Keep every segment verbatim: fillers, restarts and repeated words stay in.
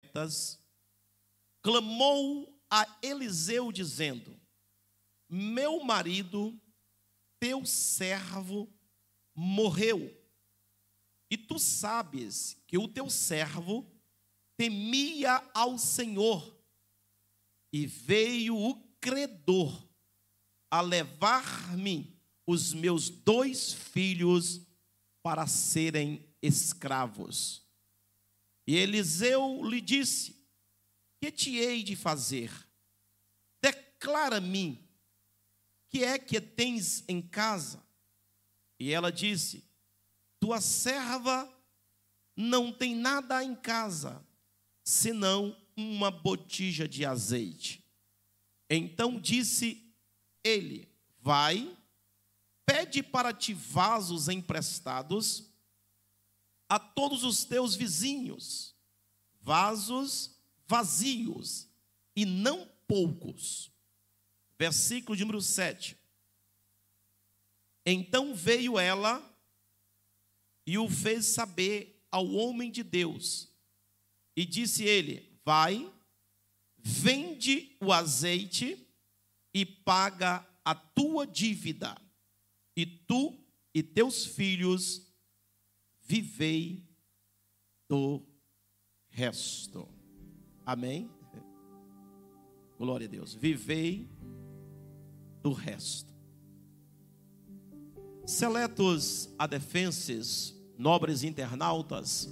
profetas, clamou a Eliseu dizendo: meu marido, teu servo, morreu. E tu sabes que o teu servo temia ao Senhor, e veio o credor a levar-me os meus dois filhos para serem escravos. E Eliseu lhe disse: que te hei de fazer? Declara-me, que é que tens em casa? E ela disse: tua serva não tem nada em casa, senão uma botija de azeite. Então disse ele: vai, pede para ti vasos emprestados a todos os teus vizinhos, vasos vazios, e não poucos. Versículo de número sete. Então veio ela e o fez saber ao homem de Deus. E disse ele: vai, vende o azeite e paga a tua dívida, e tu e teus filhos vivei do resto. Amém? Glória a Deus. Vivei do resto. Seletos adefenses, nobres internautas,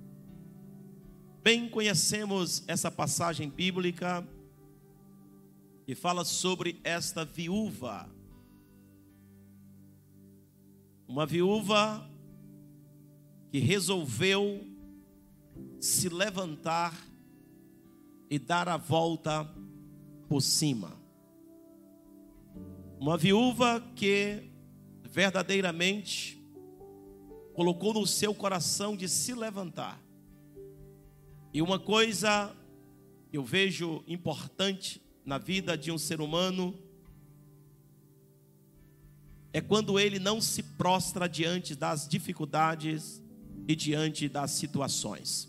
bem conhecemos essa passagem bíblica que fala sobre esta viúva. Uma viúva que resolveu se levantar e dar a volta por cima. Uma viúva que verdadeiramente colocou no seu coração de se levantar. E uma coisa que eu vejo importante na vida de um ser humano é quando ele não se prostra diante das dificuldades e diante das situações.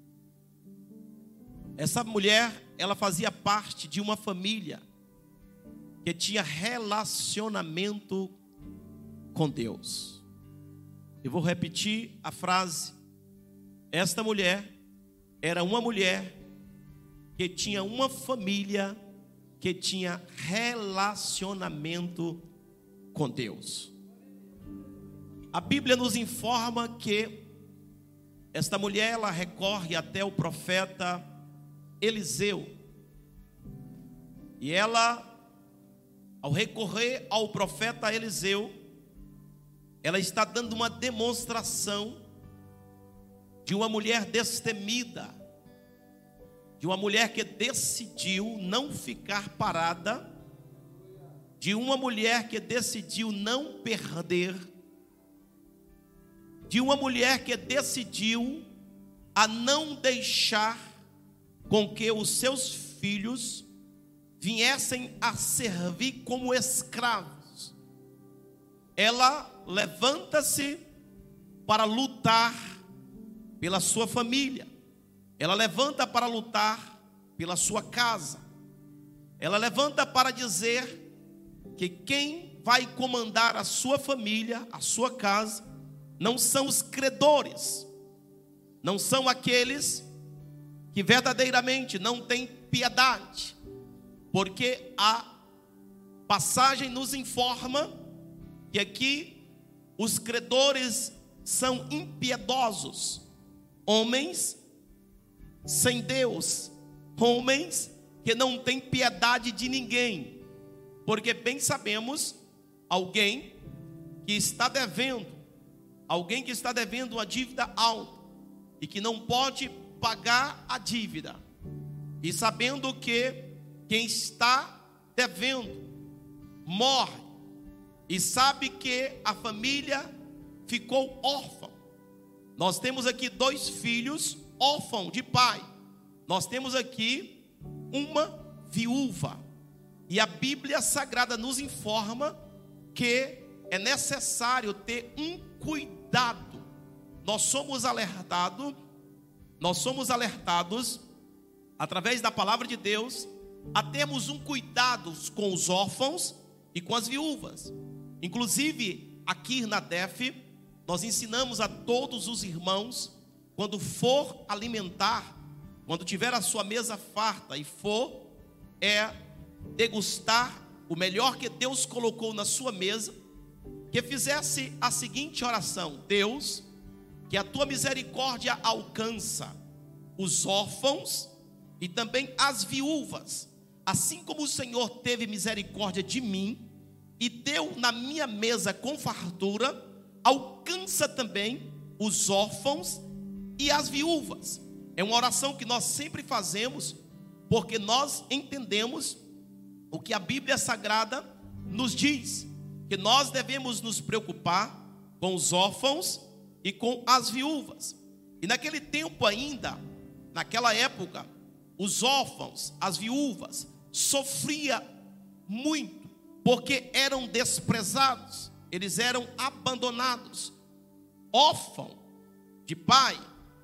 Essa mulher, ela fazia parte de uma família que tinha relacionamento com Deus. Eu vou repetir a frase. Esta mulher era uma mulher que tinha uma família que tinha relacionamento com Deus. A Bíblia nos informa que esta mulher, ela recorre até o profeta Eliseu. E ela, ao recorrer ao profeta Eliseu, ela está dando uma demonstração de uma mulher destemida, de uma mulher que decidiu não ficar parada, de uma mulher que decidiu não perder, de uma mulher que decidiu a não deixar com que os seus filhos viessem a servir como escravos. Ela levanta-se para lutar pela sua família. Ela levanta para lutar pela sua casa. Ela levanta para dizer que quem vai comandar a sua família, a sua casa, não são os credores, não são aqueles que verdadeiramente não têm piedade, porque a passagem nos informa que aqui os credores são impiedosos, homens sem Deus, homens que não têm piedade de ninguém, porque bem sabemos, alguém que está devendo, alguém que está devendo uma dívida alta e que não pode pagar a dívida, e sabendo que quem está devendo morre, e sabe que a família ficou órfã. Nós temos aqui dois filhos órfãos de pai. Nós temos aqui uma viúva. E a Bíblia Sagrada nos informa que é necessário ter um cuidado. Nós somos alertados, nós somos alertados através da palavra de Deus, a termos um cuidado com os órfãos e com as viúvas. Inclusive, aqui na D E F, nós ensinamos a todos os irmãos, quando for alimentar, quando tiver a sua mesa farta e for é degustar o melhor que Deus colocou na sua mesa, que fizesse a seguinte oração: Deus, que a tua misericórdia alcança os órfãos e também as viúvas, assim como o Senhor teve misericórdia de mim e deu na minha mesa com fartura, alcança também os órfãos e as viúvas. É uma oração que nós sempre fazemos, porque nós entendemos o que a Bíblia Sagrada nos diz, que nós devemos nos preocupar com os órfãos e com as viúvas. E naquele tempo ainda, naquela época, os órfãos, as viúvas, sofriam muito, porque eram desprezados, eles eram abandonados. Órfão de pai,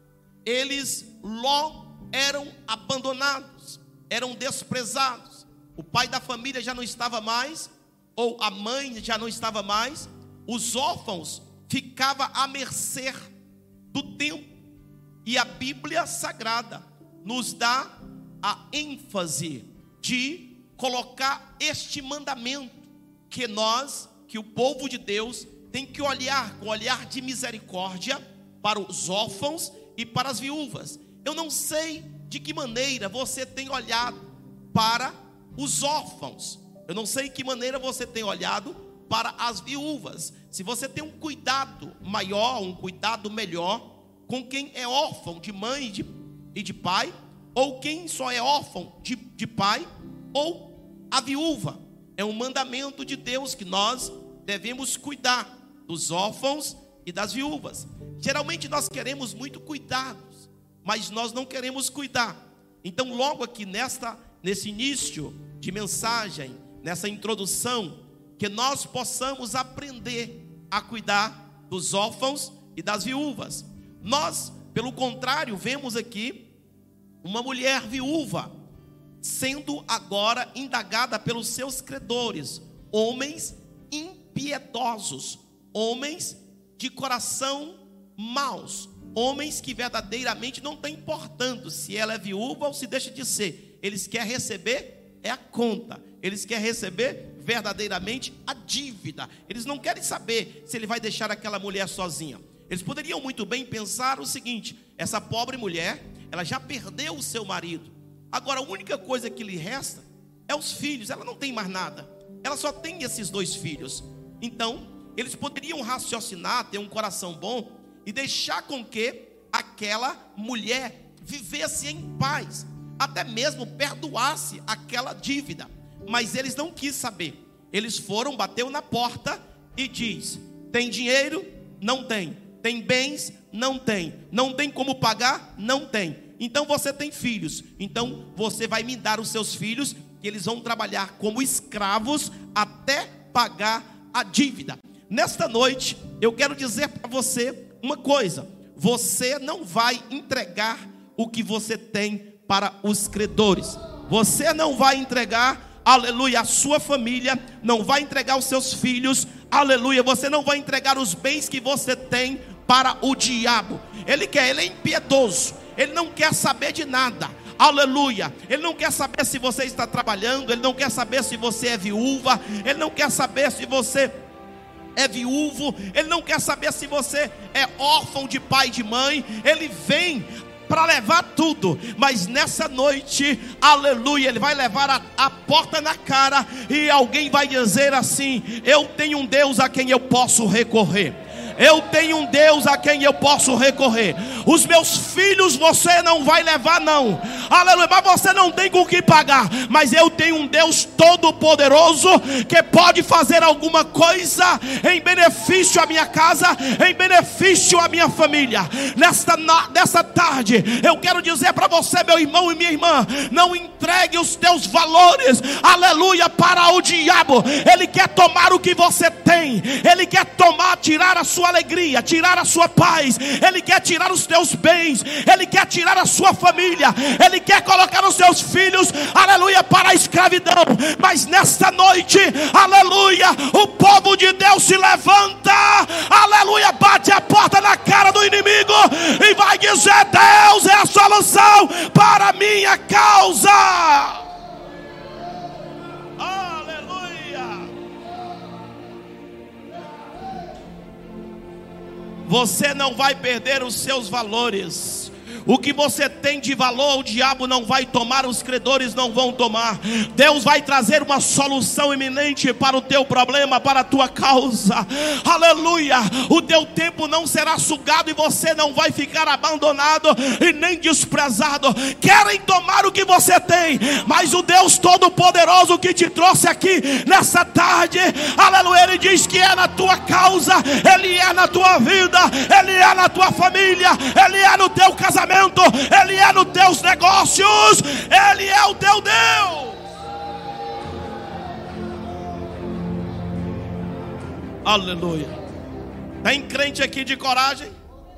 eles logo eram abandonados, eram desprezados. O pai da família já não estava mais, ou a mãe já não estava mais. Os órfãos ficavam à mercê do tempo. E a Bíblia Sagrada nos dá a ênfase de colocar este mandamento, que nós, que o povo de Deus tem que olhar com olhar de misericórdia para os órfãos e para as viúvas. Eu não sei de que maneira você tem olhado para os órfãos, eu não sei de que maneira você tem olhado para as viúvas. Se você tem um cuidado maior, um cuidado melhor com quem é órfão de mãe e de, e de pai, ou quem só é órfão de, de pai, ou a viúva. É um mandamento de Deus que nós devemos cuidar dos órfãos e das viúvas. Geralmente nós queremos muito cuidados, mas nós não queremos cuidar. Então logo aqui nesta, nesse início de mensagem, nessa introdução, que nós possamos aprender a cuidar dos órfãos e das viúvas. Nós, pelo contrário, vemos aqui uma mulher viúva sendo agora indagada pelos seus credores, homens impiedosos, homens de coração maus, homens que verdadeiramente não estão importando se ela é viúva ou se deixa de ser. Eles querem receber é a conta, eles querem receber verdadeiramente a dívida. Eles não querem saber se ele vai deixar aquela mulher sozinha. Eles poderiam muito bem pensar o seguinte: essa pobre mulher, ela já perdeu o seu marido, agora a única coisa que lhe resta é os filhos. Ela não tem mais nada, ela só tem esses dois filhos. Então eles poderiam raciocinar, ter um coração bom e deixar com que aquela mulher vivesse em paz, até mesmo perdoasse aquela dívida. Mas eles não quis saber. Eles foram, bateu na porta e diz: tem dinheiro? Não tem. Tem bens? Não tem. Não tem como pagar? Não tem. Então você tem filhos, então você vai me dar os seus filhos, que eles vão trabalhar como escravos até pagar a dívida. Nesta noite eu quero dizer para você uma coisa: você não vai entregar o que você tem para os credores. Você não vai entregar, aleluia, a sua família, não vai entregar os seus filhos, aleluia. Você não vai entregar os bens que você tem para o diabo. Ele quer, ele é impiedoso, ele não quer saber de nada, aleluia. Ele não quer saber se você está trabalhando, ele não quer saber se você é viúva, ele não quer saber se você é viúvo, ele não quer saber se você é órfão de pai e de mãe. Ele vem para levar tudo, mas nessa noite, aleluia, ele vai levar a, a porta na cara, e alguém vai dizer assim: eu tenho um Deus a quem eu posso recorrer. Eu tenho um Deus a quem eu posso recorrer. Os meus filhos você não vai levar não, aleluia, mas você não tem com o que pagar. Mas eu tenho um Deus todo poderoso, que pode fazer alguma coisa em benefício à minha casa, em benefício à minha família. Nesta, nesta tarde eu quero dizer para você, meu irmão e minha irmã: não entregue os teus valores, aleluia, para o diabo. Ele quer tomar o que você tem, ele quer tomar, tirar a sua alegria, tirar a sua paz, ele quer tirar os teus bens, ele quer tirar a sua família, ele quer colocar os seus filhos, aleluia, para a escravidão. Mas nesta noite, aleluia, o povo de Deus se levanta, aleluia, bate a porta na cara do inimigo e vai dizer: Deus é a solução para a minha causa. Aleluia. Você não vai perder os seus valores. O que você tem de valor, o diabo não vai tomar, os credores não vão tomar. Deus vai trazer uma solução iminente para o teu problema, para a tua causa. Aleluia. O teu tempo não será sugado e você não vai ficar abandonado e nem desprezado. Querem tomar o que você tem, mas o Deus Todo-Poderoso que te trouxe aqui nessa tarde, aleluia, Ele diz que é na tua causa, Ele é na tua vida, Ele é na tua família, Ele é no teu casamento, Ele é nos teus negócios, Ele é o teu Deus. Aleluia. Tem crente aqui de coragem?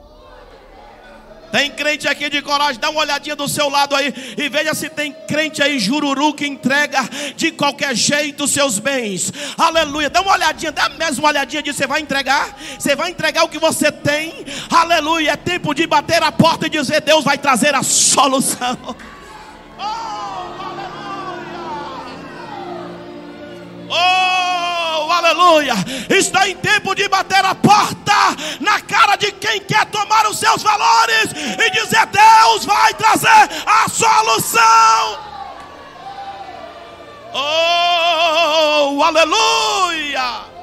Tem crente aqui de coragem? Dá uma olhadinha do seu lado aí e veja se tem crente aí jururu que entrega de qualquer jeito os seus bens. Aleluia. Dá uma olhadinha, dá mesmo uma olhadinha de você vai entregar? Você vai entregar o que você tem? Aleluia. É tempo de bater a porta e dizer: Deus vai trazer a solução. Oh, aleluia. Oh, aleluia. Está em tempo de bater a porta na cara de quem quer tomar os seus valores e dizer: Deus vai trazer a solução. Oh, aleluia.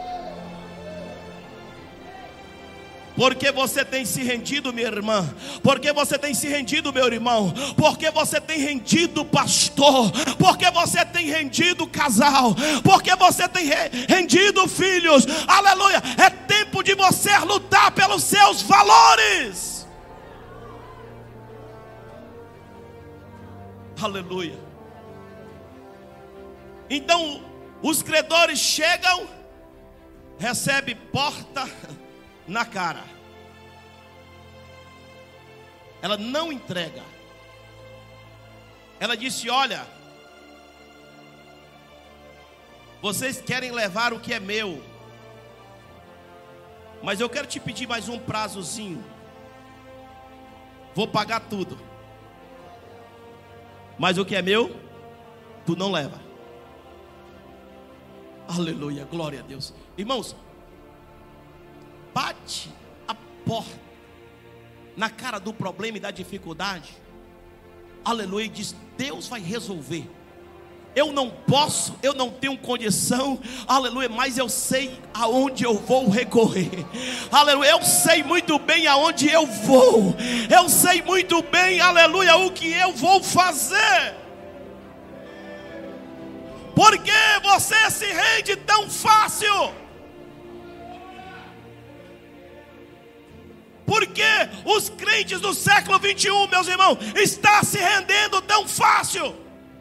Porque você tem se rendido, minha irmã? Porque você tem se rendido, meu irmão? Porque você tem rendido, pastor? Porque você tem rendido, casal? Porque você tem rendido, filhos? Aleluia. É tempo de você lutar pelos seus valores. Aleluia. Então os credores chegam, recebe porta na cara. Ela não entrega. Ela disse: olha, vocês querem levar o que é meu, mas eu quero te pedir mais um prazozinho. Vou pagar tudo, mas o que é meu, tu não leva. Aleluia, glória a Deus. Irmãos, bate a porta na cara do problema e da dificuldade, aleluia, e diz: Deus vai resolver. Eu não posso, eu não tenho condição, aleluia, mas eu sei aonde eu vou recorrer. Aleluia, eu sei muito bem aonde eu vou. Eu sei muito bem, aleluia, o que eu vou fazer. Por que você se rende tão fácil? Porque os crentes do século vinte e um, meus irmãos, estão se rendendo tão fácil.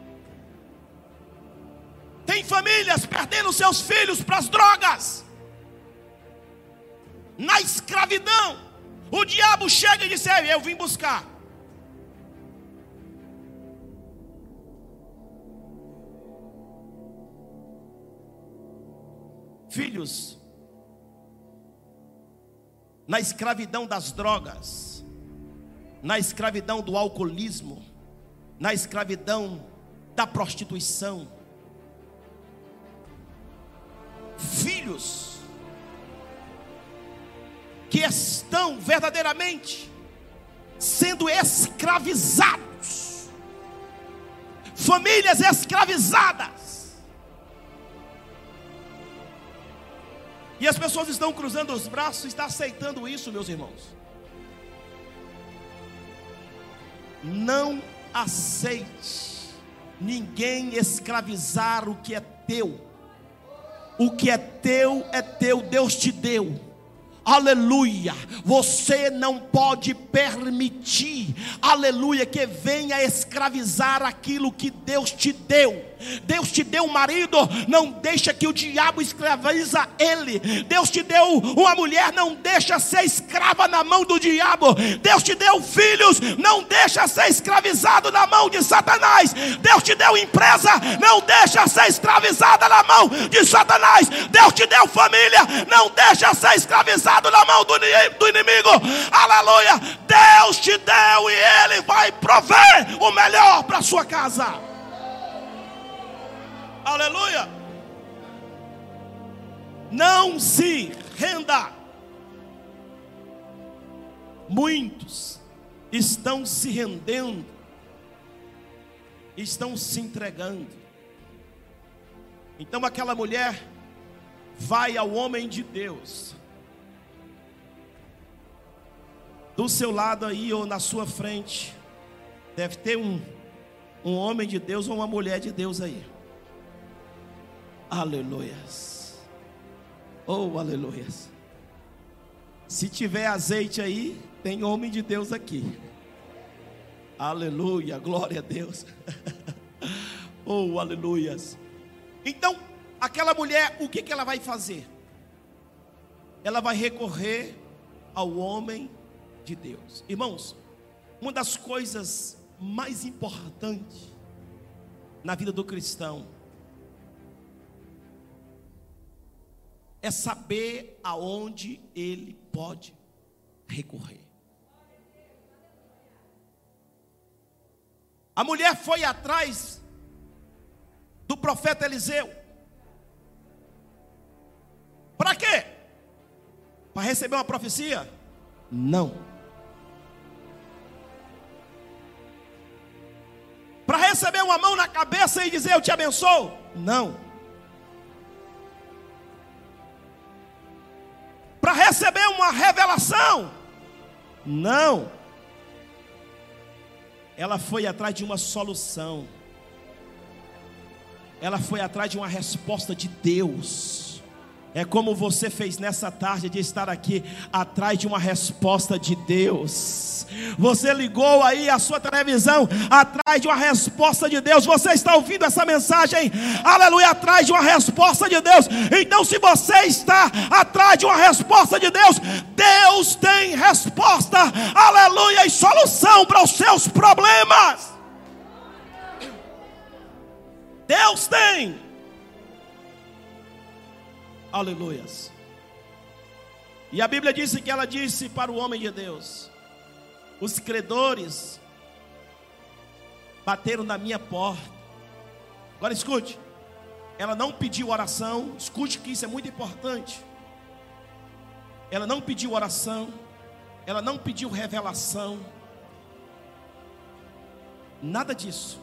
Tem famílias perdendo seus filhos para as drogas, na escravidão. O diabo chega e diz: eu vim buscar. Filhos na escravidão das drogas, na escravidão do alcoolismo, na escravidão da prostituição. Filhos que estão verdadeiramente sendo escravizados, famílias escravizadas. E as pessoas estão cruzando os braços e estão aceitando isso, meus irmãos. Não aceite ninguém escravizar o que é teu. O que é teu é teu, Deus te deu. aleluia, você não pode permitir, aleluia, que venha escravizar aquilo que Deus te deu. Deus te deu um marido, não deixa que o diabo escraviza ele. Deus te deu uma mulher, não deixa ser escrava na mão do diabo. Deus te deu filhos, não deixa ser escravizado na mão de Satanás. Deus te deu empresa, não deixa ser escravizada na mão de Satanás. Deus te deu família, não deixa ser escravizado na mão do inimigo. Aleluia, Deus te deu e Ele vai prover o melhor para a sua casa. Aleluia. Não se renda. Muitos estão se rendendo, estão se entregando. Então aquela mulher vai ao homem de Deus. Do seu lado aí ou na sua frente deve ter um, um homem de Deus ou uma mulher de Deus aí. Aleluias. Oh, aleluias. Se tiver azeite aí, tem homem de Deus aqui. Aleluia, glória a Deus. Oh, aleluias. Então, aquela mulher, o que, que ela vai fazer? Ela vai recorrer ao homem de Deus. Irmãos, uma das coisas mais importantes na vida do cristão é saber aonde ele pode recorrer. A mulher foi atrás do profeta Eliseu. Para quê? Para receber uma profecia? Não. Para receber uma mão na cabeça e dizer eu te abençoo? Não. Para receber uma revelação? Não. Ela foi atrás de uma solução. Ela foi atrás de uma resposta de Deus. É como você fez nessa tarde de estar aqui atrás de uma resposta de Deus. Você ligou aí a sua televisão atrás de uma resposta de Deus. Você está ouvindo essa mensagem, aleluia, atrás de uma resposta de Deus. Então se você está atrás de uma resposta de Deus, Deus tem resposta, aleluia, e solução para os seus problemas. Deus tem. Aleluias. E a Bíblia disse que ela disse para o homem de Deus: os credores bateram na minha porta. Agora escute, ela não pediu oração. Escute que isso é muito importante. Ela não pediu oração, ela não pediu revelação, nada disso.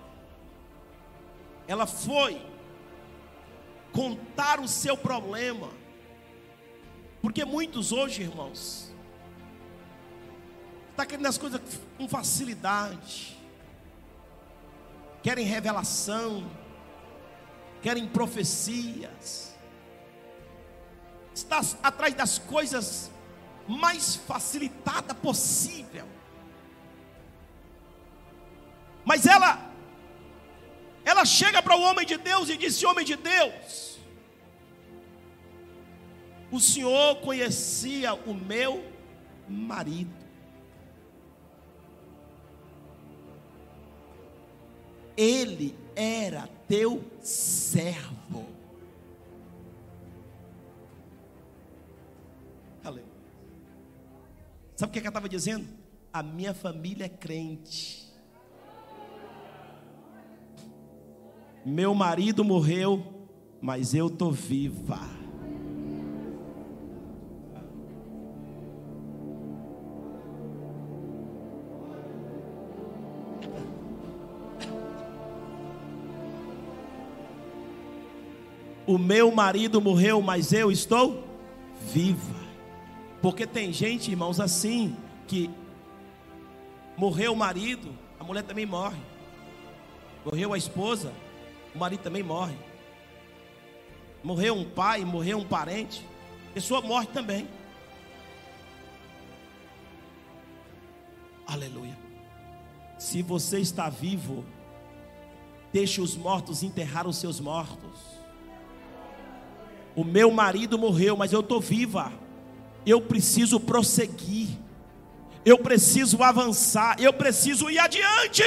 Ela foi contar o seu problema. Porque muitos hoje, irmãos, está querendo as coisas com facilidade, querem revelação, querem profecias, está atrás das coisas mais facilitada possível. Mas ela Ela chega para o homem de Deus e disse: homem de Deus, o Senhor conhecia o meu marido. Ele era teu servo. Aleluia. Sabe o que ela estava dizendo? A minha família é crente. Meu marido morreu, mas eu estou viva. O meu marido morreu, mas eu estou viva. Porque tem gente, irmãos, assim, que morreu o marido, a mulher também morre. Morreu a esposa, o marido também morre. Morreu um pai, morreu um parente, a pessoa morre também. Aleluia. Se você está vivo, deixe os mortos enterrar os seus mortos. O meu marido morreu, mas eu estou viva. Eu preciso prosseguir. Eu preciso avançar. Eu preciso ir adiante.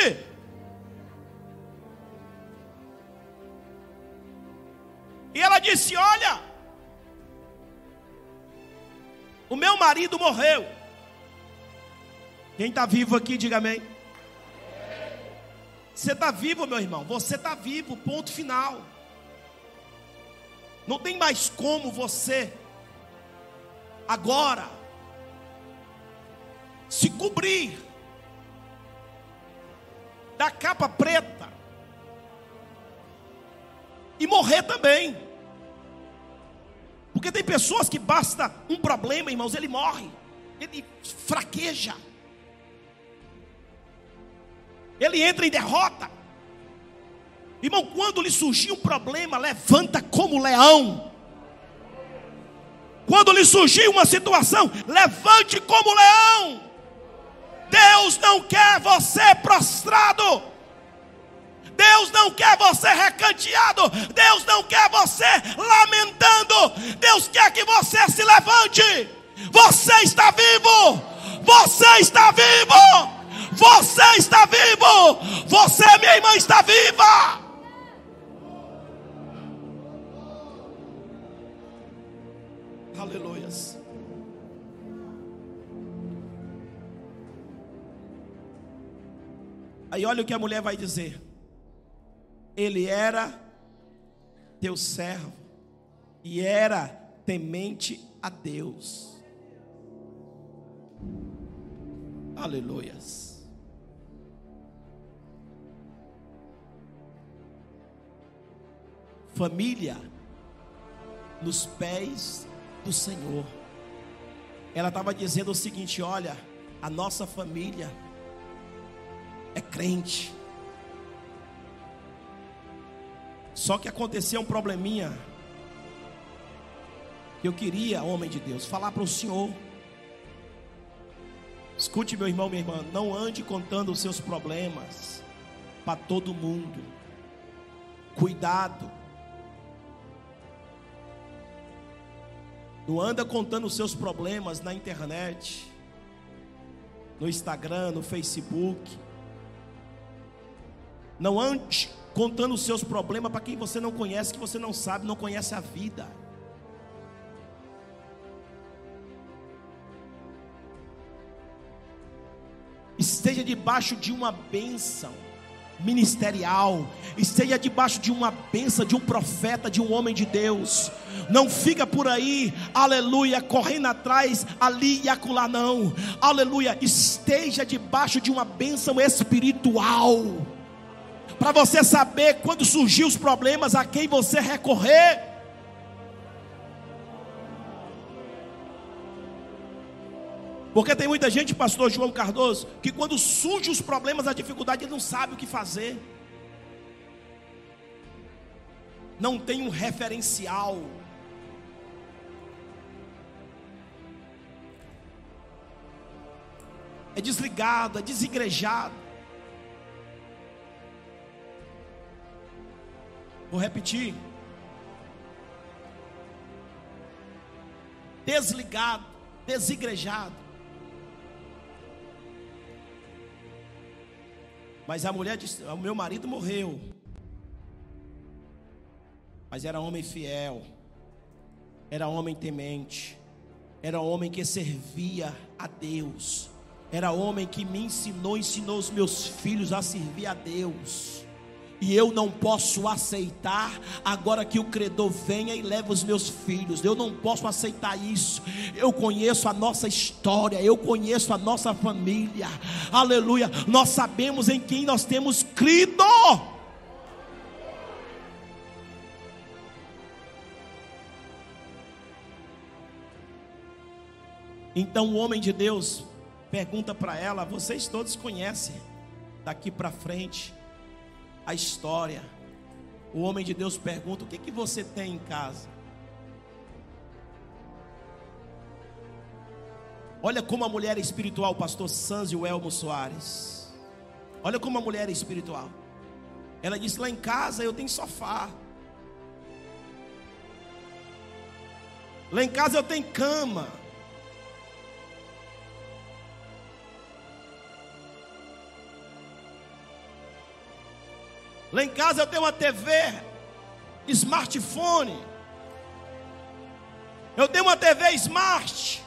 E ela disse: olha, o meu marido morreu. Quem está vivo aqui, diga amém. Você está vivo, meu irmão? Você está vivo, ponto final. Não tem mais como você agora se cobrir da capa preta e morrer também. Porque tem pessoas que basta um problema, irmãos, ele morre, ele fraqueja, ele entra em derrota. Irmão, quando lhe surgir um problema, levanta como leão. Quando lhe surgir uma situação, levante como leão. Deus não quer você prostrado. Deus não quer você recanteado. Deus não quer você lamentando. Deus quer que você se levante. Você está vivo. Você está vivo. Você está vivo. Você, minha irmã, está viva. Aleluias. Aí olha o que a mulher vai dizer. Ele era teu servo e era temente a Deus. Aleluias. Família nos pés do Senhor. Ela estava dizendo o seguinte: olha, a nossa família é crente. Só que aconteceu um probleminha que eu queria, homem de Deus, falar para o senhor. Escute, meu irmão, minha irmã, não ande contando os seus problemas para todo mundo. Cuidado. Não anda contando os seus problemas na internet, no Instagram, no Facebook. Não ande contando os seus problemas para quem você não conhece, que você não sabe, não conhece a vida. Esteja debaixo de uma bênção ministerial, esteja debaixo de uma bênção de um profeta, de um homem de Deus. Não fica por aí, aleluia, correndo atrás ali e acolá, não. Aleluia, esteja debaixo de uma bênção espiritual, para você saber quando surgir os problemas a quem você recorrer. Porque tem muita gente, pastor João Cardoso, que quando surgem os problemas, a dificuldade, ele não sabe o que fazer. Não tem um referencial. É desligado, é desigrejado. Vou repetir. Desligado, desigrejado. Mas a mulher disse: o meu marido morreu, mas era homem fiel, era homem temente, era homem que servia a Deus, era homem que me ensinou, ensinou os meus filhos a servir a Deus. E eu não posso aceitar agora que o credor venha e leve os meus filhos. Eu não posso aceitar isso. Eu conheço a nossa história, eu conheço a nossa família. Aleluia. Nós sabemos em quem nós temos crido. Então o homem de Deus pergunta para ela: vocês todos conhecem daqui para frente a história. O homem de Deus pergunta: o que que você tem em casa? Olha como a mulher é espiritual, pastor Sanzio Elmo Soares. Olha como a mulher é espiritual. Ela disse: lá em casa eu tenho sofá. Lá em casa eu tenho cama. Lá em casa eu tenho uma T V, smartphone. Eu tenho uma T V smart.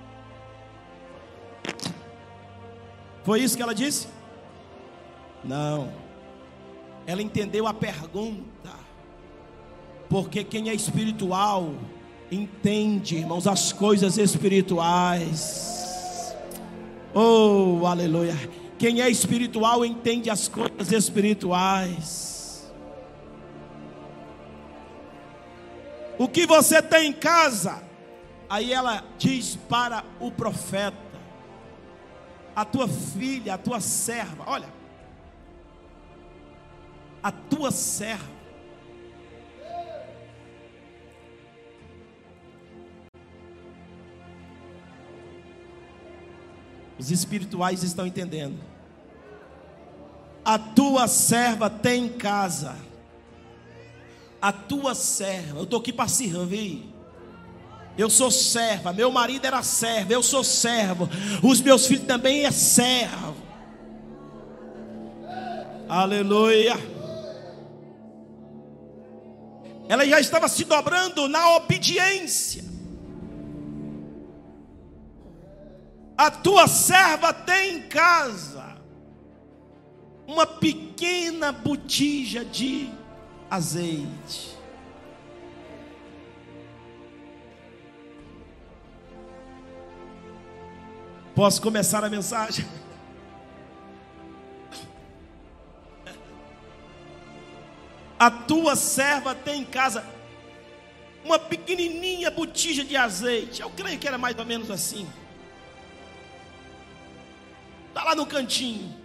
Foi isso que ela disse? Não. Ela entendeu a pergunta. Porque quem é espiritual entende, irmãos, as coisas espirituais. Oh, aleluia. Quem é espiritual entende as coisas espirituais. O que você tem em casa? Aí ela diz para o profeta: a tua filha, a tua serva, olha, a tua serva. Os espirituais estão entendendo. A tua serva tem em casa. A tua serva. Eu estou aqui para servir. Eu sou serva. Meu marido era servo. Eu sou servo. Os meus filhos também é servo. Aleluia. Ela já estava se dobrando na obediência. A tua serva tem em casa uma pequena botija de azeite. Posso começar a mensagem? A tua serva tem em casa uma pequenininha botija de azeite. Eu creio que era mais ou menos assim. Está lá no cantinho.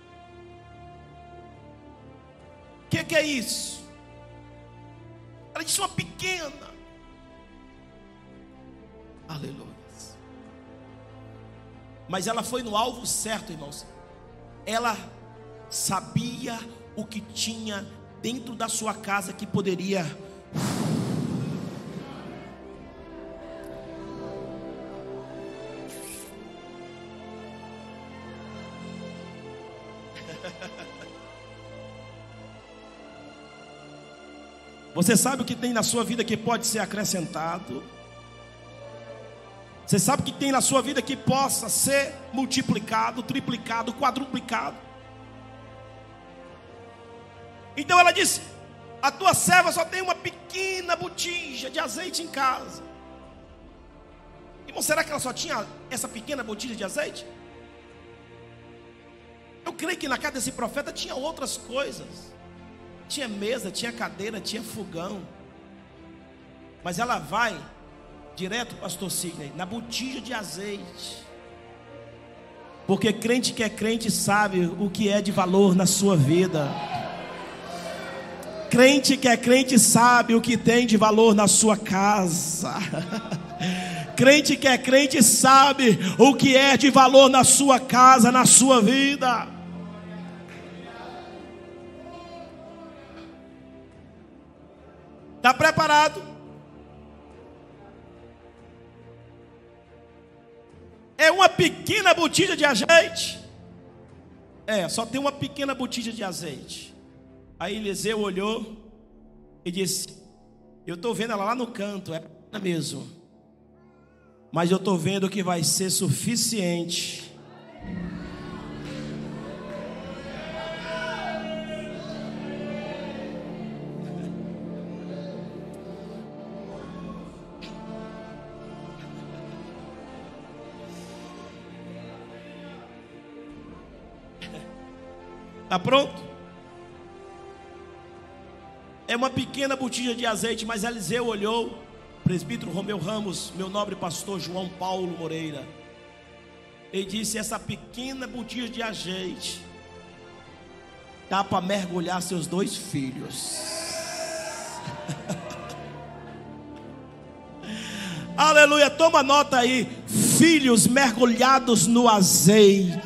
O que, que é isso? Ela disse: uma pequena. Aleluia. Mas ela foi no alvo certo, irmãos. Ela sabia o que tinha dentro da sua casa que poderia Você sabe o que tem na sua vida que pode ser acrescentado? Você sabe o que tem na sua vida que possa ser multiplicado, triplicado, quadruplicado? Então ela disse: a tua serva só tem uma pequena botija de azeite em casa. Irmão, será que ela só tinha essa pequena botija de azeite? Eu creio que na casa desse profeta tinha outras coisas. Tinha mesa, tinha cadeira, tinha fogão. Mas ela vai direto, pastor Sidney, na botija de azeite. Porque crente que é crente sabe o que é de valor na sua vida. Crente que é crente sabe o que tem de valor na sua casa. Crente que é crente sabe o que é de valor na sua casa, na sua vida. Está preparado? É uma pequena botija de azeite. É, só tem uma pequena botija de azeite. Aí Eliseu olhou e disse: eu estou vendo ela lá no canto, é mesmo, mas eu estou vendo que vai ser suficiente. Está pronto? É uma pequena botija de azeite, mas Eliseu olhou, presbítero Romeu Ramos, meu nobre pastor João Paulo Moreira, e disse: essa pequena botija de azeite dá para mergulhar seus dois filhos. Aleluia, toma nota aí. filhos mergulhados no azeite.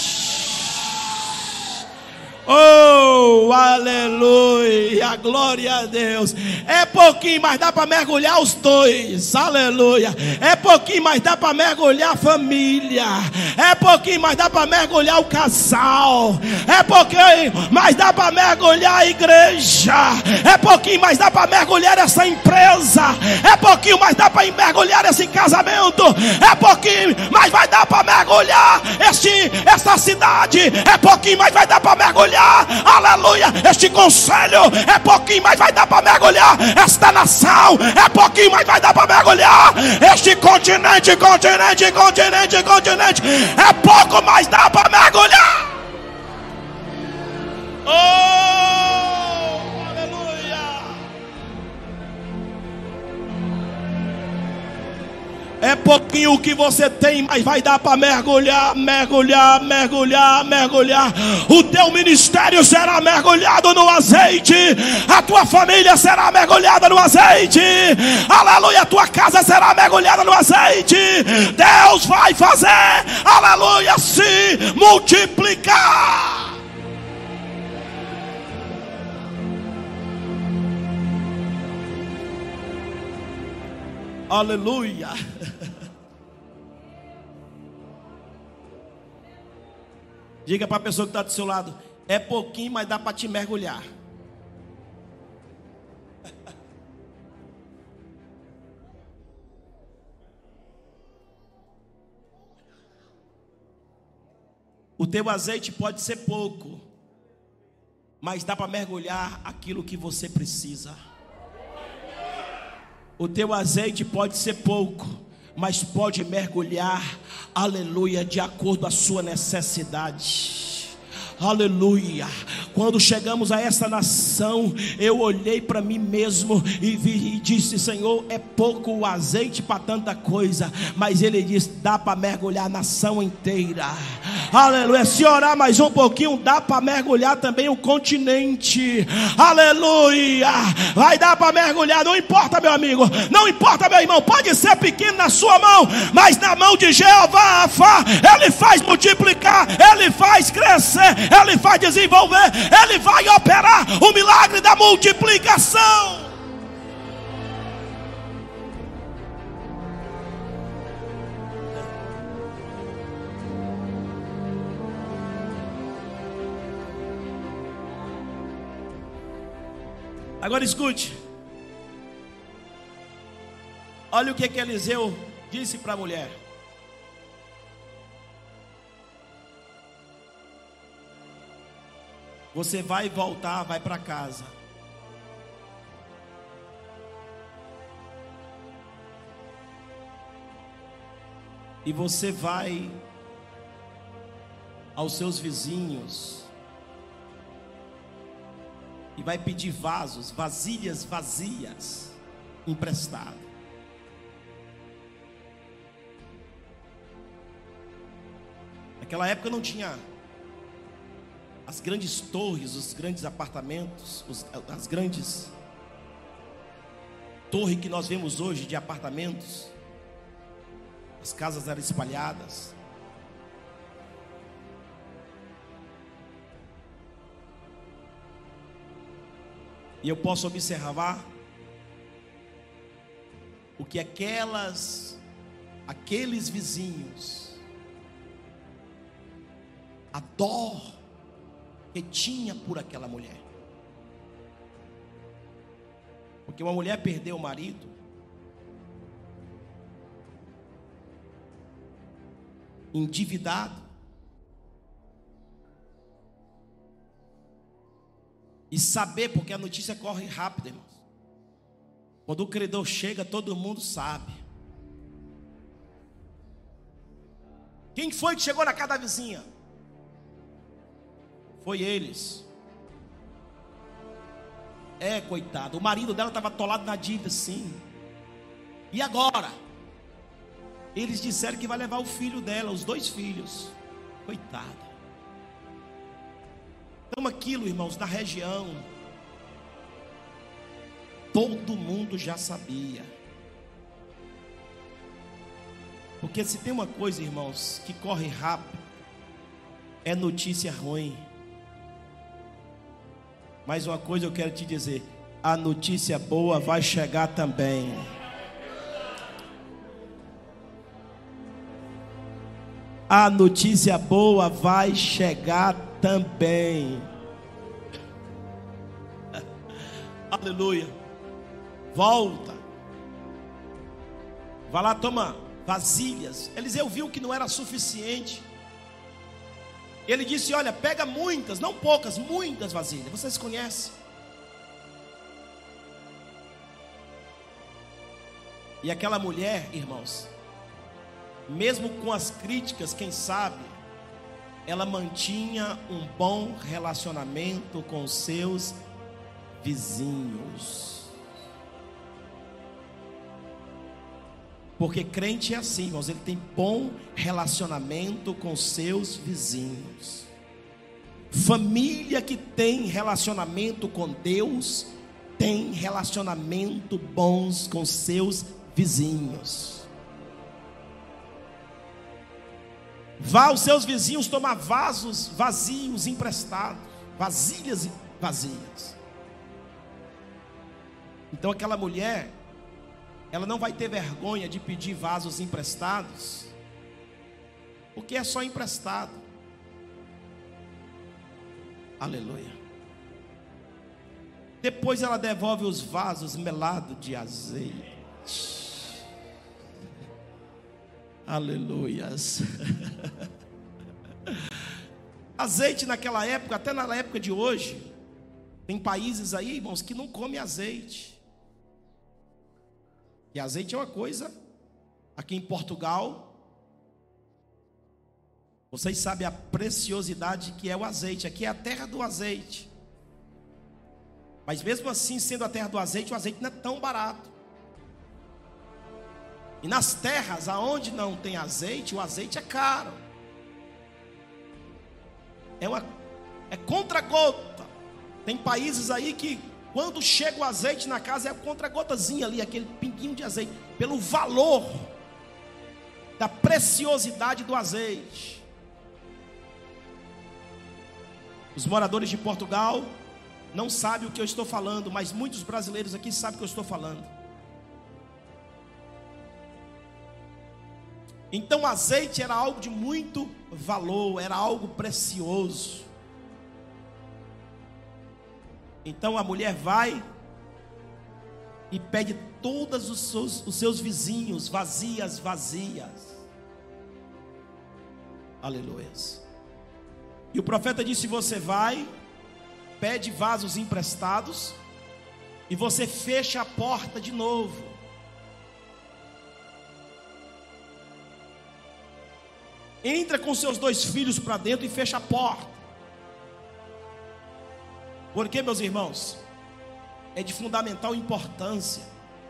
Oh, aleluia, glória a Deus. É pouquinho, mas dá para mergulhar os dois, aleluia. É pouquinho, mas dá para mergulhar a família. É pouquinho, mas dá para mergulhar o casal. É pouquinho, mas dá para mergulhar a igreja. É pouquinho, mas dá para mergulhar essa empresa. É pouquinho, mas dá para mergulhar esse casamento. É pouquinho, mas vai dar para mergulhar este, essa cidade. É pouquinho, mas vai dar para mergulhar, aleluia, este conselho. É pouquinho, mas vai dar para mergulhar esta nação. É pouquinho, mas vai dar para mergulhar este continente, continente, continente, continente. É pouco, mas dá para mergulhar. Oh, aleluia. É pouquinho o que você tem, mas vai dar para mergulhar, mergulhar, mergulhar, mergulhar. O teu ministério será mergulhado no azeite. A tua família será mergulhada no azeite. Aleluia, a tua casa será mergulhada no azeite. Deus vai fazer, aleluia, se multiplicar. Aleluia. Diga para a pessoa que está do seu lado: é pouquinho, mas dá para te mergulhar. O teu azeite pode ser pouco, mas dá para mergulhar aquilo que você precisa. O teu azeite pode ser pouco, mas pode mergulhar, aleluia, de acordo com a sua necessidade. Aleluia. Quando chegamos a essa nação, eu olhei para mim mesmo e, vi, e disse: Senhor, é pouco o azeite para tanta coisa, mas Ele disse: dá para mergulhar a nação inteira. Aleluia. Se orar mais um pouquinho, dá para mergulhar também o continente. Aleluia. Vai dar para mergulhar, não importa, meu amigo, não importa, meu irmão, pode ser pequeno na sua mão, mas na mão de Jeová Ele faz multiplicar, Ele faz crescer, Ele vai desenvolver, Ele vai operar o milagre da multiplicação. Agora escute. Olha o que que Eliseu disse para a mulher. Você vai voltar, vai para casa. E você vai aos seus vizinhos e vai pedir vasos, vasilhas vazias, emprestado. Naquela época não tinha as grandes torres, os grandes apartamentos, os, as grandes torres que nós vemos hoje de apartamentos. As casas eram espalhadas. E eu posso observar o que aquelas, aqueles vizinhos, a dor que tinha por aquela mulher. Porque uma mulher perdeu o marido, endividado, e saber, porque a notícia corre rápido, irmãos. Quando o credor chega, todo mundo sabe. Quem foi que chegou na casa da vizinha? Foi eles. É, coitado, o marido dela estava atolado na dívida, sim. E agora? Eles disseram que vai levar o filho dela, os dois filhos. Coitada. Então aquilo, irmãos, na região, todo mundo já sabia. Porque se tem uma coisa, irmãos, que corre rápido, é notícia ruim. Mas uma coisa eu quero te dizer: a notícia boa vai chegar também. A notícia boa vai chegar também. Aleluia. Volta. Vai lá, toma vasilhas. Eliseu viu que não era suficiente. Ele disse: olha, pega muitas, não poucas, muitas vasilhas. Vocês conhecem? E aquela mulher, irmãos, mesmo com as críticas, quem sabe, ela mantinha um bom relacionamento com os seus vizinhos. Porque crente é assim, irmãos, ele tem bom relacionamento com seus vizinhos. Família que tem relacionamento com Deus, tem relacionamento bons com seus vizinhos. Vá aos seus vizinhos tomar vasos vazios emprestados, vasilhas vazias. Então aquela mulher, ela não vai ter vergonha de pedir vasos emprestados, porque é só emprestado. Aleluia. Depois ela devolve os vasos melados de azeite. Aleluias. Azeite naquela época, até na época de hoje, tem países aí, irmãos, que não comem azeite. E azeite é uma coisa, aqui em Portugal, vocês sabem a preciosidade que é o azeite. Aqui é a terra do azeite. Mas mesmo assim, sendo a terra do azeite, o azeite não é tão barato. E nas terras aonde não tem azeite, o azeite é caro. É uma é contra-gota. Tem países aí que quando chega o azeite na casa é a contra-gotazinha ali, aquele pinguinho de azeite, pelo valor da preciosidade do azeite. Os moradores de Portugal não sabem o que eu estou falando, mas muitos brasileiros aqui sabem o que eu estou falando. Então o azeite era algo de muito valor, era algo precioso. Então a mulher vai e pede todos os seus, os seus vizinhos vazias, vazias. Aleluia. E o profeta disse: você vai, pede vasos emprestados e você fecha a porta de novo. Entra com seus dois filhos para dentro e fecha a porta. Porque, meus irmãos, é de fundamental importância.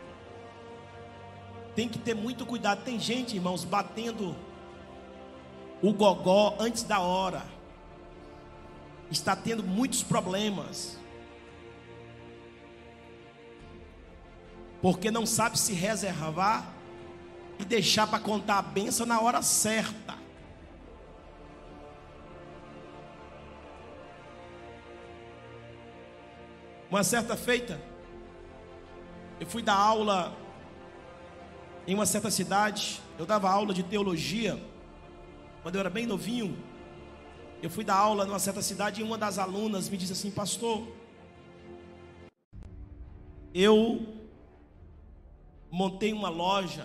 Tem que ter muito cuidado. Tem gente, irmãos, batendo o gogó antes da hora. Está tendo muitos problemas. Porque não sabe se reservar e deixar para contar a bênção na hora certa. Uma certa feita, eu fui dar aula em uma certa cidade. Eu dava aula de teologia quando eu era bem novinho. Eu fui dar aula numa certa cidade e uma das alunas me disse assim: pastor, eu montei uma loja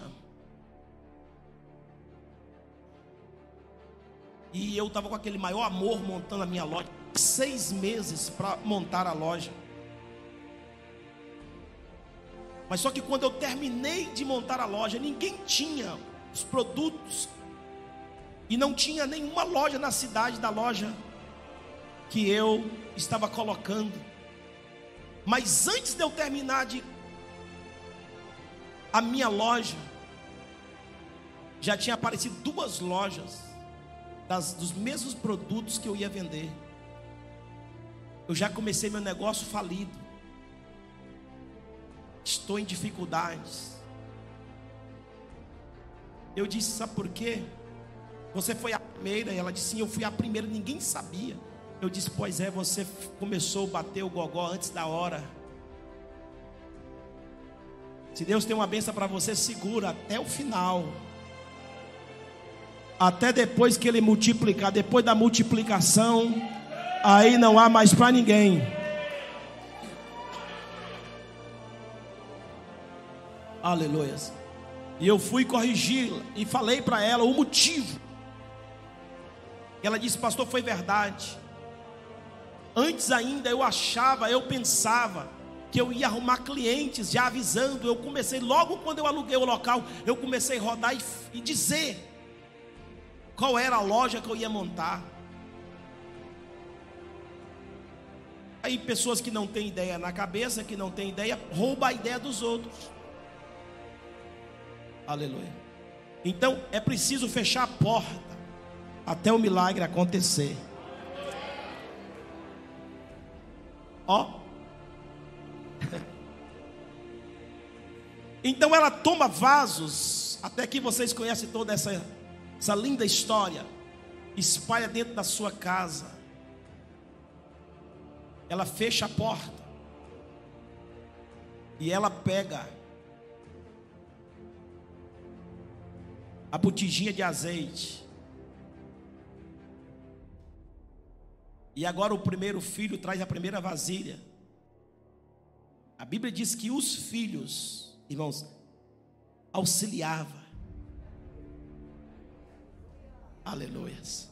e eu estava com aquele maior amor montando a minha loja. Seis meses para montar a loja. Mas só que quando eu terminei de montar a loja, ninguém tinha os produtos. E não tinha nenhuma loja na cidade da loja que eu estava colocando. Mas antes de eu terminar de a minha loja, já tinha aparecido duas lojas das, dos mesmos produtos que eu ia vender. Eu já comecei meu negócio falido. Estou em dificuldades. Eu disse: sabe por quê? Você foi a primeira. E ela disse: sim, eu fui a primeira, ninguém sabia. Eu disse: pois é, você começou a bater o gogó antes da hora. Se Deus tem uma bênção para você, segura até o final. Até depois que Ele multiplicar. Depois da multiplicação, aí não há mais para ninguém. Aleluia. E eu fui corrigi-la e falei para ela o motivo. Ela disse: pastor, foi verdade. Antes ainda eu achava, eu pensava que eu ia arrumar clientes, já avisando. Eu comecei, logo quando eu aluguei o local, eu comecei a rodar e, e dizer qual era a loja que eu ia montar. Aí pessoas que não têm ideia na cabeça, que não têm ideia, roubam a ideia dos outros. Aleluia. Então é preciso fechar a porta até o milagre acontecer. Ó. Então ela toma vasos. Até que vocês conhecem toda essa, essa linda história. Espalha dentro da sua casa. Ela fecha a porta. E ela pega a botijinha de azeite. E agora o primeiro filho traz a primeira vasilha. A Bíblia diz que os filhos, irmãos, auxiliava. Aleluias.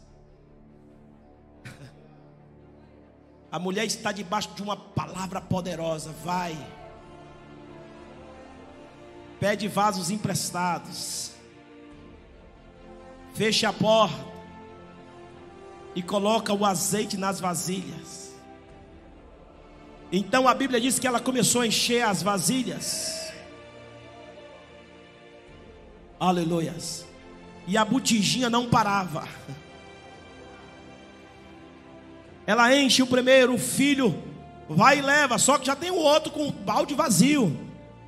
A mulher está debaixo de uma palavra poderosa. Vai, pede vasos emprestados, fecha a porta e coloca o azeite nas vasilhas. Então a Bíblia diz que ela começou a encher as vasilhas. Aleluias. E a botijinha não parava. Ela enche o primeiro, o filho vai e leva. Só que já tem o outro com o balde vazio.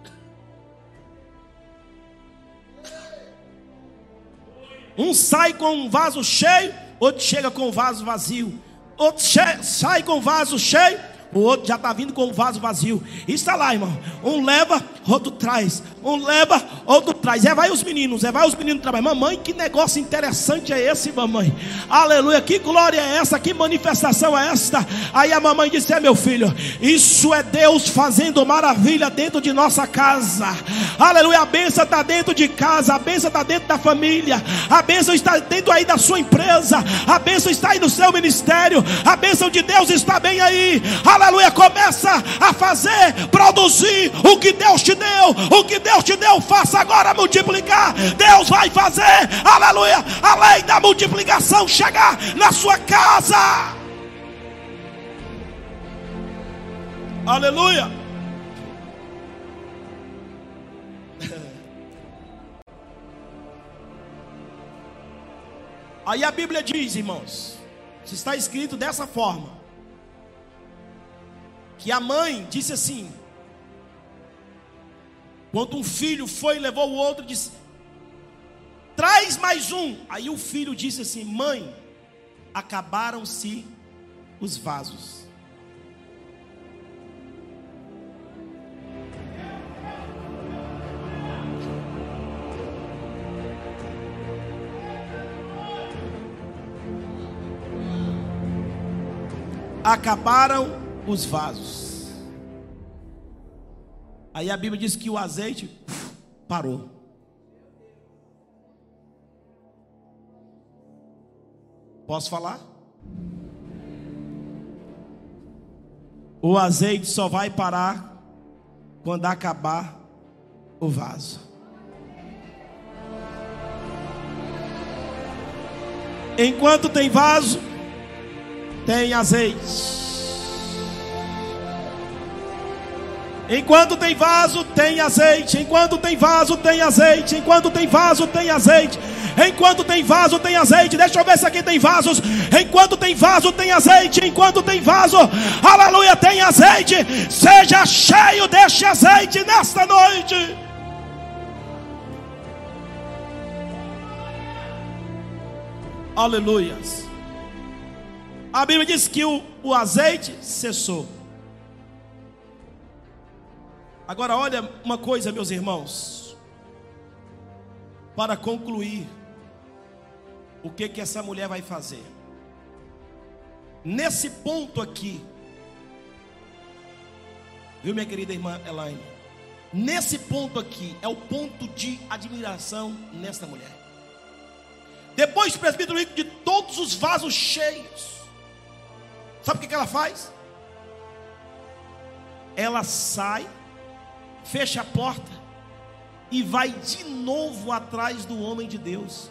Um sai com um vaso cheio, outro chega com o vaso vazio. Outro sai com o vaso cheio, o outro já está vindo com o vaso vazio. E está lá, irmão. Um leva, outro traz. Um leva, outro traz. É vai os meninos, é vai os meninos trabalhar. Mamãe, que negócio interessante é esse, mamãe? Aleluia, que glória é essa? Que manifestação é esta? Aí a mamãe disse: é, meu filho, isso é Deus fazendo maravilha dentro de nossa casa. Aleluia, a bênção está dentro de casa. A bênção está dentro da família. A bênção está dentro aí da sua empresa. A bênção está aí no seu ministério. A bênção de Deus está bem aí. Aleluia, começa a fazer, produzir o que Deus te deu. O que Deus te deu, faça agora multiplicar. Deus vai fazer, aleluia, além da multiplicação chegar na sua casa. Aleluia. Aí a Bíblia diz, irmãos, está escrito dessa forma, que a mãe disse assim, quando um filho foi e levou o outro, disse: traz mais um. Aí o filho disse assim: mãe, acabaram-se os vasos. Acabaram os vasos. Aí a Bíblia diz que o azeite uf, parou. Posso falar? O azeite só vai parar quando acabar o vaso. Enquanto tem vaso, tem azeite. Enquanto tem vaso, tem azeite. Enquanto tem vaso, tem azeite. Enquanto tem vaso, tem azeite. Enquanto tem vaso, tem azeite. Deixa eu ver se aqui tem vasos. Enquanto tem vaso, tem azeite. Enquanto tem vaso, aleluia, tem azeite. Seja cheio deste azeite nesta noite. Aleluias. A Bíblia diz que o, o azeite cessou. Agora olha uma coisa, meus irmãos, para concluir, o que que essa mulher vai fazer? Nesse ponto aqui, viu, minha querida irmã Elaine? Nesse ponto aqui, é o ponto de admiração nesta mulher. Depois, presbítero, de todos os vasos cheios, sabe o que que ela faz? Ela sai, fecha a porta e vai de novo atrás do homem de Deus.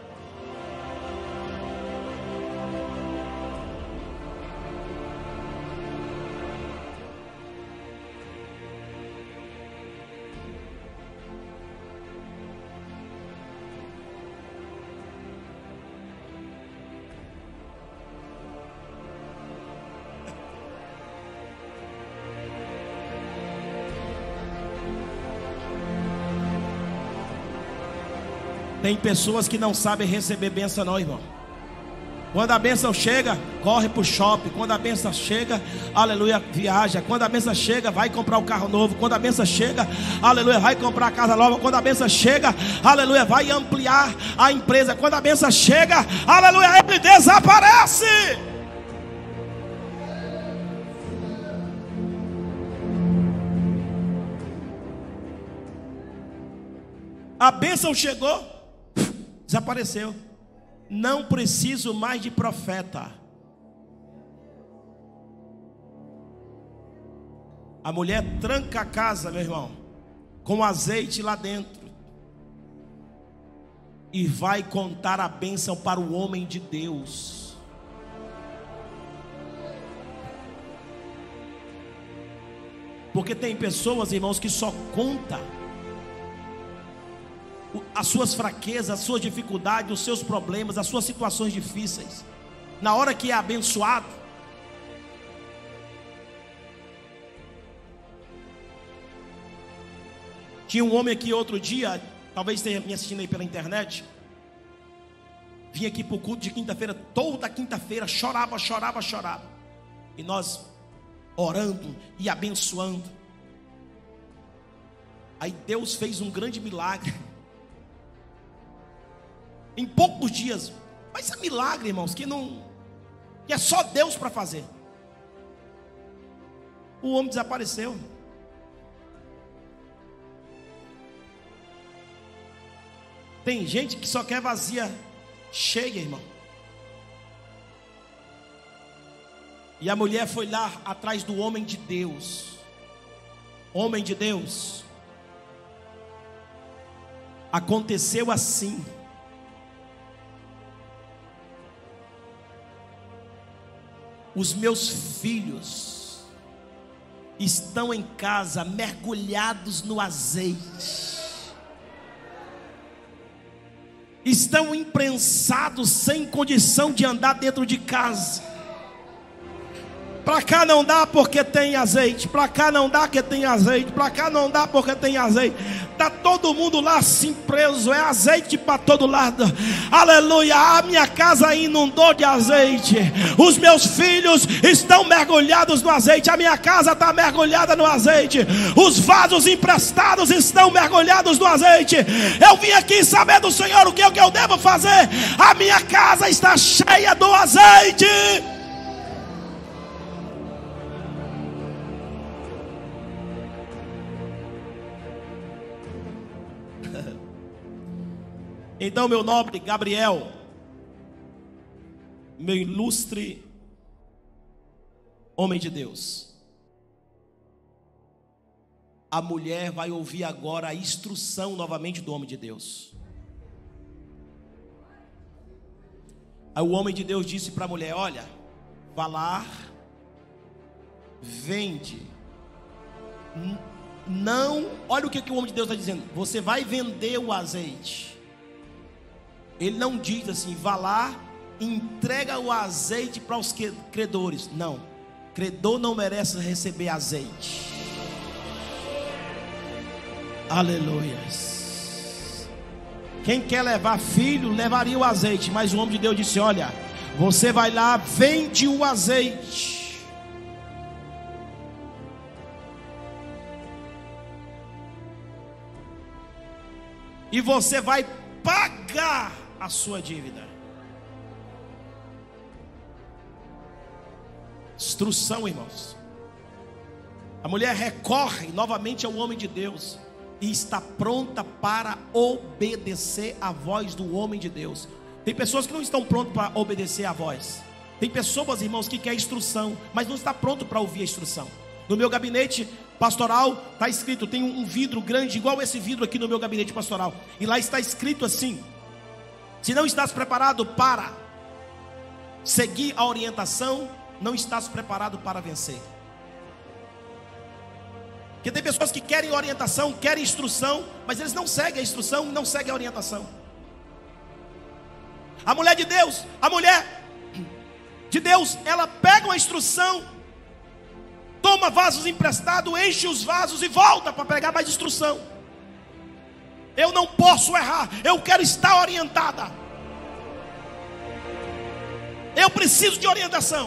Tem pessoas que não sabem receber bênção não, irmão. Quando a bênção chega, corre para o shopping. Quando a bênção chega, aleluia, viaja. Quando a bênção chega, vai comprar um carro novo. Quando a bênção chega, aleluia, vai comprar a casa nova. Quando a bênção chega, aleluia, vai ampliar a empresa. Quando a bênção chega, aleluia, ele desaparece. A bênção chegou, desapareceu. Não preciso mais de profeta. A mulher tranca a casa, meu irmão, com azeite lá dentro, e vai contar a bênção para o homem de Deus. Porque tem pessoas, irmãos, que só contam as suas fraquezas, as suas dificuldades, os seus problemas, as suas situações difíceis, na hora que é abençoado. Tinha um homem aqui outro dia, talvez tenha me assistindo aí pela internet, vinha aqui para o culto de quinta-feira, toda quinta-feira, chorava, chorava, chorava, e nós orando e abençoando. Aí Deus fez um grande milagre em poucos dias. Mas é milagre, irmãos, que não, que é só Deus para fazer. O homem desapareceu. Tem gente que só quer vazia cheia, irmão. E a mulher foi lá atrás do homem de Deus. Homem de Deus. Aconteceu assim. Os meus filhos estão em casa mergulhados no azeite, estão imprensados sem condição de andar dentro de casa. Para cá não dá porque tem azeite, para cá não dá porque tem azeite, para cá não dá porque tem azeite. Está todo mundo lá assim preso, é azeite para todo lado. Aleluia, a minha casa inundou de azeite. Os meus filhos estão mergulhados no azeite. A minha casa está mergulhada no azeite. Os vasos emprestados estão mergulhados no azeite. Eu vim aqui saber do Senhor o que, o que eu devo fazer. A minha casa está cheia do azeite. Então, meu nobre Gabriel, meu ilustre homem de Deus, a mulher vai ouvir agora a instrução novamente do homem de Deus. Aí o homem de Deus disse para a mulher: olha, vá lá, vende. Não, olha o que, que o homem de Deus está dizendo: você vai vender o azeite. Ele não diz assim, vá lá, entrega o azeite para os credores. Não, credor não merece receber azeite. Aleluia. Quem quer levar filho, levaria o azeite. Mas o homem de Deus disse: olha, você vai lá, vende o azeite. E você vai pagar a sua dívida. Instrução, irmãos. A mulher recorre novamente ao homem de Deus e está pronta para obedecer a voz do homem de Deus. Tem pessoas que não estão prontas para obedecer a voz. Tem pessoas, irmãos, que querem instrução, mas não está pronto para ouvir a instrução. No meu gabinete pastoral está escrito, tem um vidro grande, igual esse vidro aqui no meu gabinete pastoral. E lá está escrito assim: se não estás preparado para seguir a orientação, não estás preparado para vencer. Porque tem pessoas que querem orientação, querem instrução, mas eles não seguem a instrução, não seguem a orientação. A mulher de Deus, a mulher de Deus, ela pega uma instrução, toma vasos emprestados, enche os vasos e volta para pegar mais instrução. Eu não posso errar, eu quero estar orientada. Eu preciso de orientação.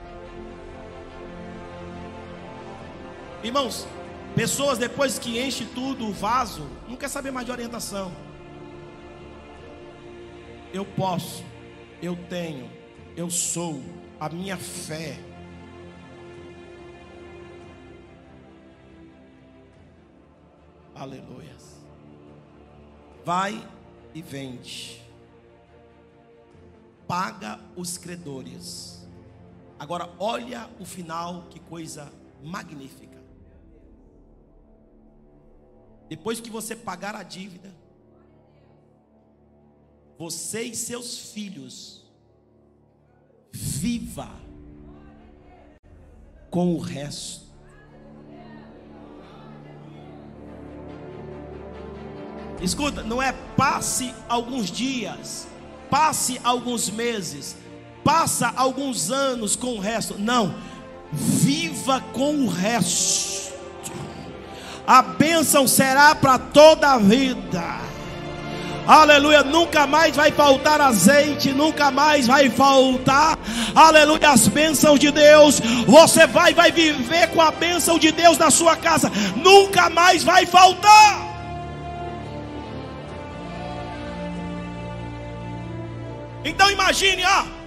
Irmãos, pessoas depois que enche tudo o vaso, não quer saber mais de orientação. Eu posso, eu tenho, eu sou, a minha fé. Aleluia. Vai e vende. Paga os credores. Agora olha o final, que coisa magnífica. Depois que você pagar a dívida, você e seus filhos, viva com o resto. Escuta, não é passe alguns dias, passe alguns meses, passa alguns anos com o resto. Não, viva com o resto. A bênção será para toda a vida. Aleluia, nunca mais vai faltar azeite, nunca mais vai faltar, aleluia, as bênçãos de Deus. Você vai, vai viver com a bênção de Deus na sua casa, nunca mais vai faltar. Então imagine, ó.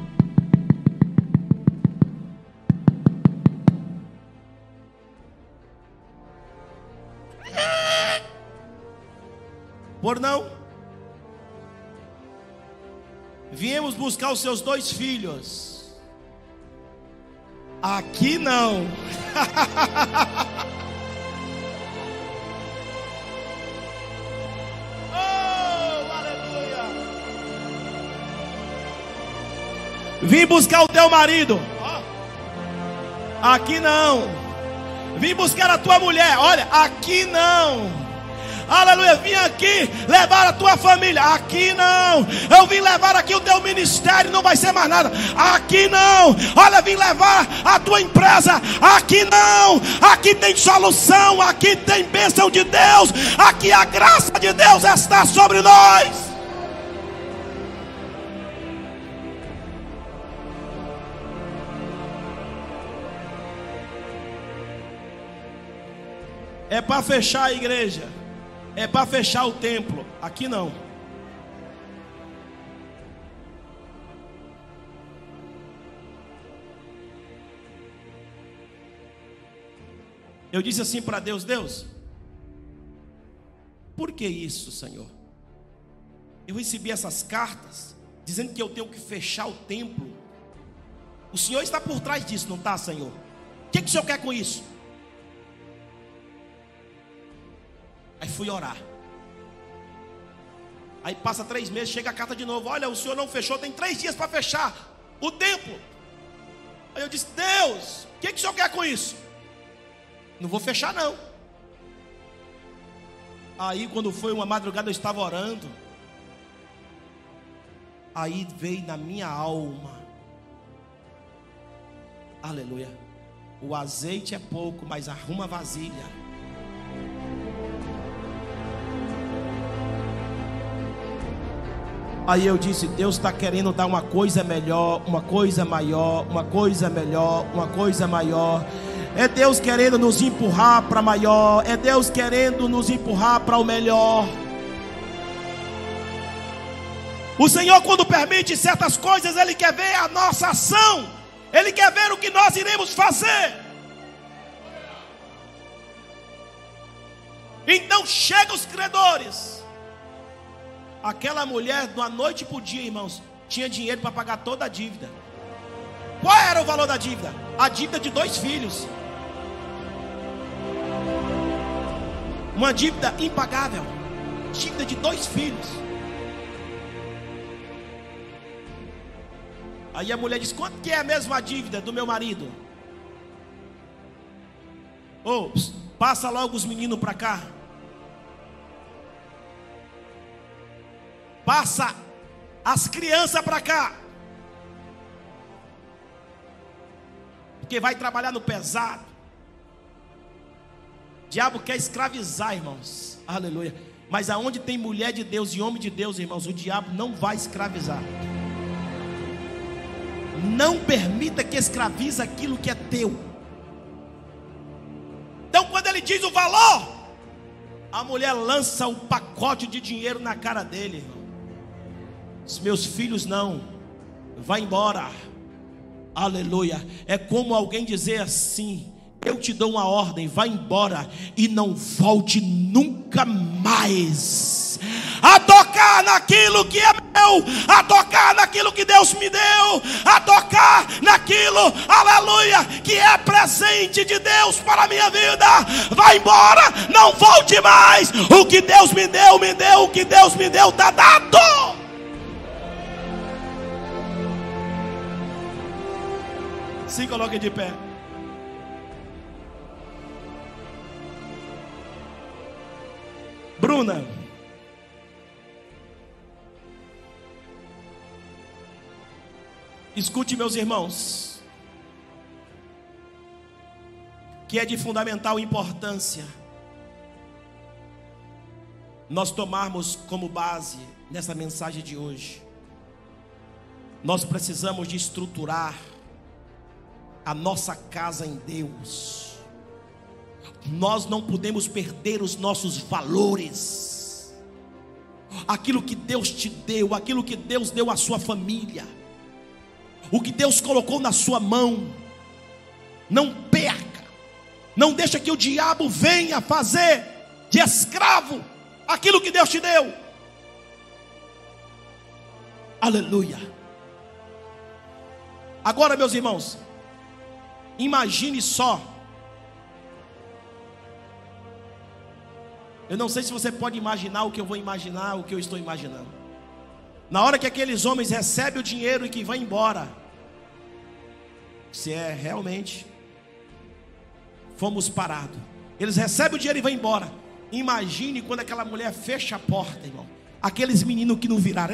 Por não? Viemos buscar os seus dois filhos. Aqui não. Oh, aleluia. Vim buscar o teu marido. Aqui não. Vim buscar a tua mulher. Olha, aqui não. Aleluia, vim aqui levar a tua família. Aqui não. Eu vim levar aqui o teu ministério. Não vai ser mais nada. Aqui não. Olha, vim levar a tua empresa. Aqui não. Aqui tem solução. Aqui tem bênção de Deus. Aqui a graça de Deus está sobre nós. É para fechar a igreja. É para fechar o templo. Aqui não. Eu disse assim para Deus: Deus, por que isso, Senhor? Eu recebi essas cartas dizendo que eu tenho que fechar o templo. O Senhor está por trás disso, não está, Senhor? O que, que o Senhor quer com isso? Aí fui orar. Aí passa três meses, chega a carta de novo. Olha, o Senhor não fechou, tem três dias para fechar o templo. Aí eu disse: Deus, o que, que o Senhor quer com isso? Não vou fechar não. Aí quando foi uma madrugada, eu estava orando. Aí veio na minha alma, aleluia, o azeite é pouco, mas arruma a vasilha. Aí eu disse: Deus está querendo dar uma coisa melhor, uma coisa maior, uma coisa melhor, uma coisa maior. É Deus querendo nos empurrar para maior. É Deus querendo nos empurrar para o melhor. O Senhor, quando permite certas coisas, Ele quer ver a nossa ação. Ele quer ver o que nós iremos fazer. Então chegam os credores. Aquela mulher, da noite para o dia, irmãos, tinha dinheiro para pagar toda a dívida. Qual era o valor da dívida? A dívida de dois filhos. Uma dívida impagável. Dívida de dois filhos. Aí a mulher diz: quanto que é a mesma dívida do meu marido? Ô, oh, passa logo os meninos para cá. Passa as crianças para cá. Porque vai trabalhar no pesado. O diabo quer escravizar, irmãos. Aleluia. Mas aonde tem mulher de Deus e homem de Deus, irmãos, o diabo não vai escravizar. Não permita que escravize aquilo que é teu. Então, quando ele diz o valor, a mulher lança o pacote de dinheiro na cara dele, irmão. Os meus filhos não, vai embora. Aleluia. É como alguém dizer assim: eu te dou uma ordem, vai embora e não volte nunca mais a tocar naquilo que é meu, a tocar naquilo que Deus me deu, a tocar naquilo, aleluia, que é presente de Deus para a minha vida. Vai embora, não volte mais. O que Deus me deu, me deu. O que Deus me deu, está dado. Se coloque de pé. Bruna, escute, meus irmãos, que é de fundamental importância nós tomarmos como base nessa mensagem de hoje. Nós precisamos de estruturar a nossa casa em Deus. Nós não podemos perder os nossos valores, aquilo que Deus te deu, aquilo que Deus deu à sua família, o que Deus colocou na sua mão. Não perca, não deixa que o diabo venha fazer de escravo aquilo que Deus te deu. Aleluia. Agora, meus irmãos, imagine só. Eu não sei se você pode imaginar o que eu vou imaginar, o que eu estou imaginando. Na hora que aqueles homens recebem o dinheiro e que vão embora, se é realmente fomos parados. Eles recebem o dinheiro e vão embora. Imagine quando aquela mulher fecha a porta, irmão. Aqueles meninos que não viraram.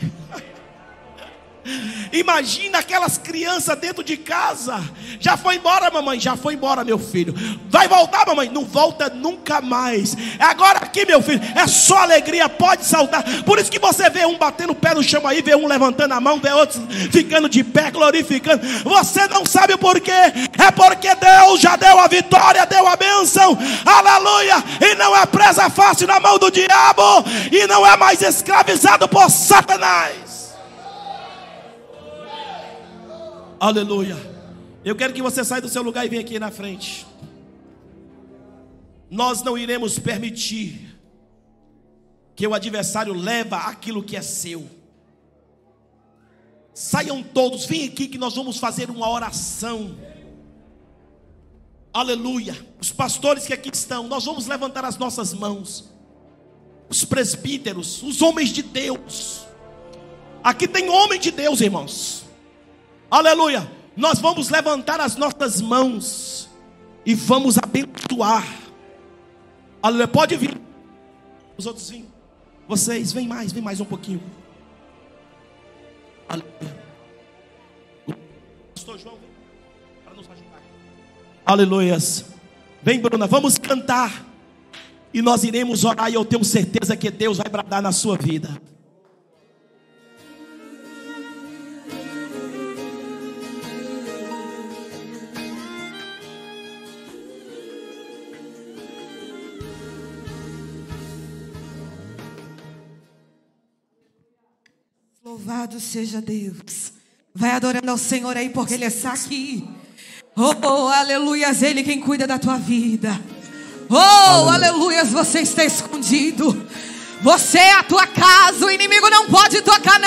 Imagina aquelas crianças dentro de casa. Já foi embora, mamãe? Já foi embora, meu filho. Vai voltar, mamãe? Não volta nunca mais. Agora aqui, meu filho, é só alegria, pode saltar. Por isso que você vê um batendo o pé no chão aí, vê um levantando a mão, vê outros ficando de pé, glorificando. Você não sabe o porquê. É porque Deus já deu a vitória, deu a bênção. Aleluia. E não é presa fácil na mão do diabo, e não é mais escravizado por Satanás. Aleluia. Eu quero que você saia do seu lugar e venha aqui na frente. Nós não iremos permitir que o adversário leve aquilo que é seu. Saiam todos, vem aqui que nós vamos fazer uma oração. Aleluia. Os pastores que aqui estão, nós vamos levantar as nossas mãos. Os presbíteros, os homens de Deus. Aqui tem homem de Deus, irmãos. Aleluia. Nós vamos levantar as nossas mãos e vamos abençoar. Aleluia. Pode vir. Os outros vêm. Vocês, vem mais, vem mais um pouquinho. Aleluia. Pastor João, vem para nos ajudar. Aleluias. Vem, Bruna, vamos cantar. E nós iremos orar, e eu tenho certeza que Deus vai bradar na sua vida. Louvado seja Deus. Vai adorando ao Senhor aí, porque Ele está aqui. Oh, oh, aleluias, Ele quem cuida da tua vida. Oh, aleluias, você está escondido. Você é a tua casa, o inimigo não pode tocar